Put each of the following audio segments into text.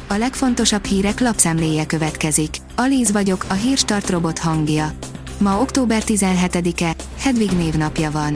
A legfontosabb hírek lapszemléje következik. Alíz vagyok, a Hírstart robot hangja. Ma október 17-e, Hedvig névnapja van.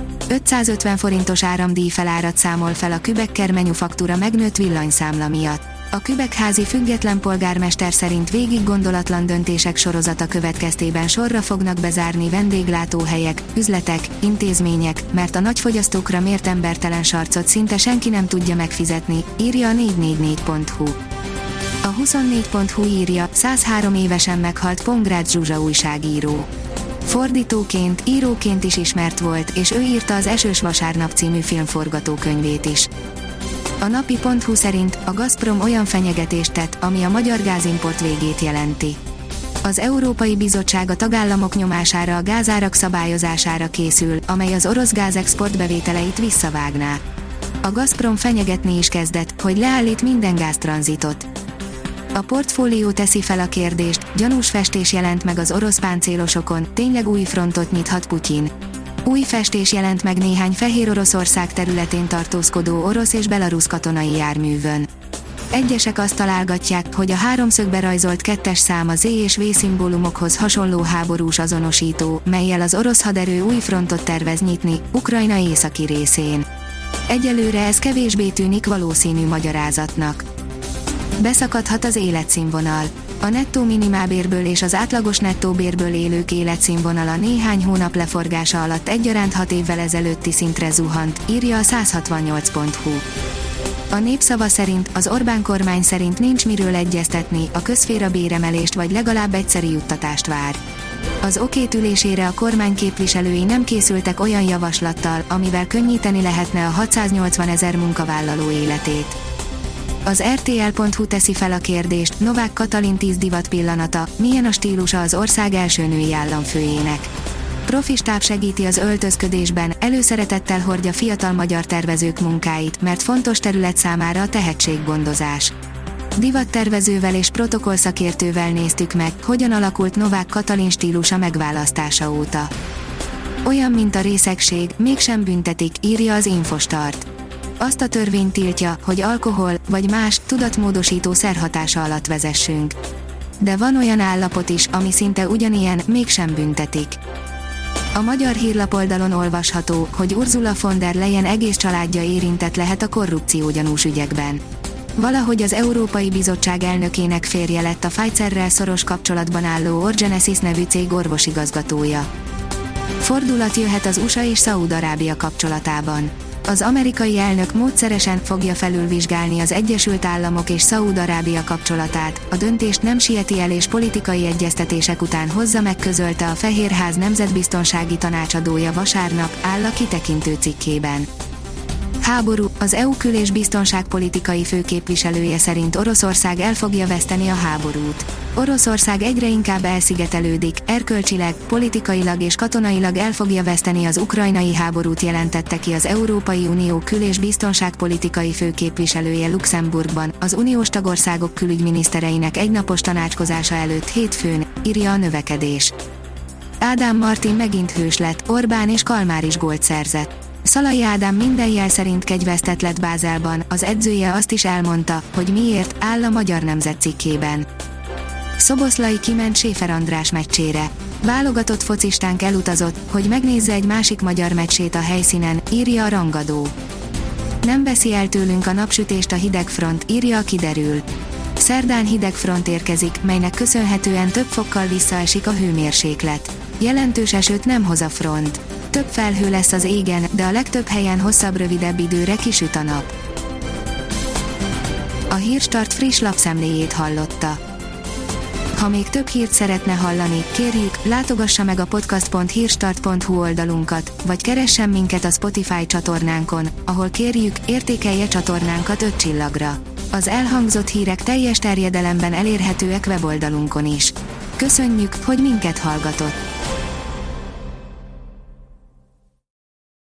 550 forintos áramdíj felárat számol fel a Kübekker Manufaktura megnőtt villanyszámla miatt. A kübekházi független polgármester szerint végig gondolatlan döntések sorozata következtében sorra fognak bezárni vendéglátóhelyek, üzletek, intézmények, mert a nagyfogyasztókra mért embertelen sarcot szinte senki nem tudja megfizetni, írja a 444.hu. A 24.hu írja, 103 évesen meghalt Pongrácz Zsuzsa újságíró. Fordítóként, íróként is ismert volt, és ő írta az Esős vasárnap című filmforgatókönyvét is. A napi.hu szerint a Gazprom olyan fenyegetést tett, ami a magyar gázimport végét jelenti. Az Európai Bizottság a tagállamok nyomására a gázárak szabályozására készül, amely az orosz gázexport bevételeit visszavágná. A Gazprom fenyegetni is kezdett, hogy leállít minden gáztranzitot. A Portfólió teszi fel a kérdést, gyanús festés jelent meg az orosz páncélosokon, tényleg új frontot nyithat Putyin. Új festés jelent meg néhány Fehér Oroszország területén tartózkodó orosz és belarusz katonai járművön. Egyesek azt találgatják, hogy a háromszögbe rajzolt kettes szám a Z és V szimbólumokhoz hasonló háborús azonosító, mellyel az orosz haderő új frontot tervez nyitni, Ukrajna északi részén. Egyelőre ez kevésbé tűnik valószínű magyarázatnak. Beszakadhat az életszínvonal. A nettó minimálbérből és az átlagos nettóbérből élők életszínvonala néhány hónap leforgása alatt egyaránt 6 évvel ezelőtti szintre zuhant, írja a 168.hu. A Népszava szerint az Orbán kormány szerint nincs miről egyeztetni, a közszféra béremelést vagy legalább egyszeri juttatást vár. Az okét ülésére a kormány képviselői nem készültek olyan javaslattal, amivel könnyíteni lehetne a 680 000 munkavállaló életét. Az RTL.hu teszi fel a kérdést, Novák Katalin 10 divat pillanata, milyen a stílusa az ország első női államfőjének. Profi stáb segíti az öltözködésben, előszeretettel hordja fiatal magyar tervezők munkáit, mert fontos terület számára a tehetséggondozás. Divattervezővel és protokollszakértővel néztük meg, hogyan alakult Novák Katalin stílusa megválasztása óta. Olyan, mint a részegség, mégsem büntetik, írja az Infostart. Azt a törvény tiltja, hogy alkohol, vagy más, tudatmódosító szer hatása alatt vezessünk. De van olyan állapot is, ami szinte ugyanilyen, mégsem büntetik. A magyar hírlapoldalon olvasható, hogy Ursula von der Leyen egész családja érintett lehet a korrupciógyanús ügyekben. Valahogy az Európai Bizottság elnökének férje lett a Pfizerrel szoros kapcsolatban álló Orgenesis nevű cég orvosigazgatója. Fordulat jöhet az USA és Szaúd-Arábia kapcsolatában. Az amerikai elnök módszeresen fogja felülvizsgálni az Egyesült Államok és Szaúd-Arábia kapcsolatát, a döntést nem sieti el és politikai egyeztetések után hozza meg, közölte a Fehérház nemzetbiztonsági tanácsadója vasárnap, áll a kitekintő cikkében. Háború, az EU kül- és biztonságpolitikai főképviselője szerint Oroszország el fogja veszteni a háborút. Oroszország egyre inkább elszigetelődik, erkölcsileg, politikailag és katonailag el fogja veszteni az ukrajnai háborút, jelentette ki az Európai Unió kül- és biztonságpolitikai főképviselője Luxemburgban, az uniós tagországok külügyminisztereinek egynapos tanácskozása előtt hétfőn, írja a Növekedés. Ádám Martin megint hős lett, Orbán és Kalmár is gólt szerzett. Szalai Ádám minden jel szerint kegyvesztett lett Bázelban, az edzője azt is elmondta, hogy miért, áll a Magyar Nemzet cikkében. Szoboszlai kiment Séfer András meccsére. Válogatott focistánk elutazott, hogy megnézze egy másik magyar meccsét a helyszínen, írja a Rangadó. Nem veszi el tőlünk a napsütést a hidegfront, írja a Kiderül. Szerdán hidegfront érkezik, melynek köszönhetően több fokkal visszaesik a hőmérséklet. Jelentős esőt nem hoz a front. Több felhő lesz az égen, de a legtöbb helyen hosszabb-rövidebb időre kisüt a nap. A Hírstart friss lapszemléjét hallotta. Ha még több hírt szeretne hallani, kérjük, látogassa meg a podcast.hírstart.hu oldalunkat, vagy keressen minket a Spotify csatornánkon, ahol kérjük, értékelje csatornánkat 5 csillagra. Az elhangzott hírek teljes terjedelemben elérhetőek weboldalunkon is. Köszönjük, hogy minket hallgatott!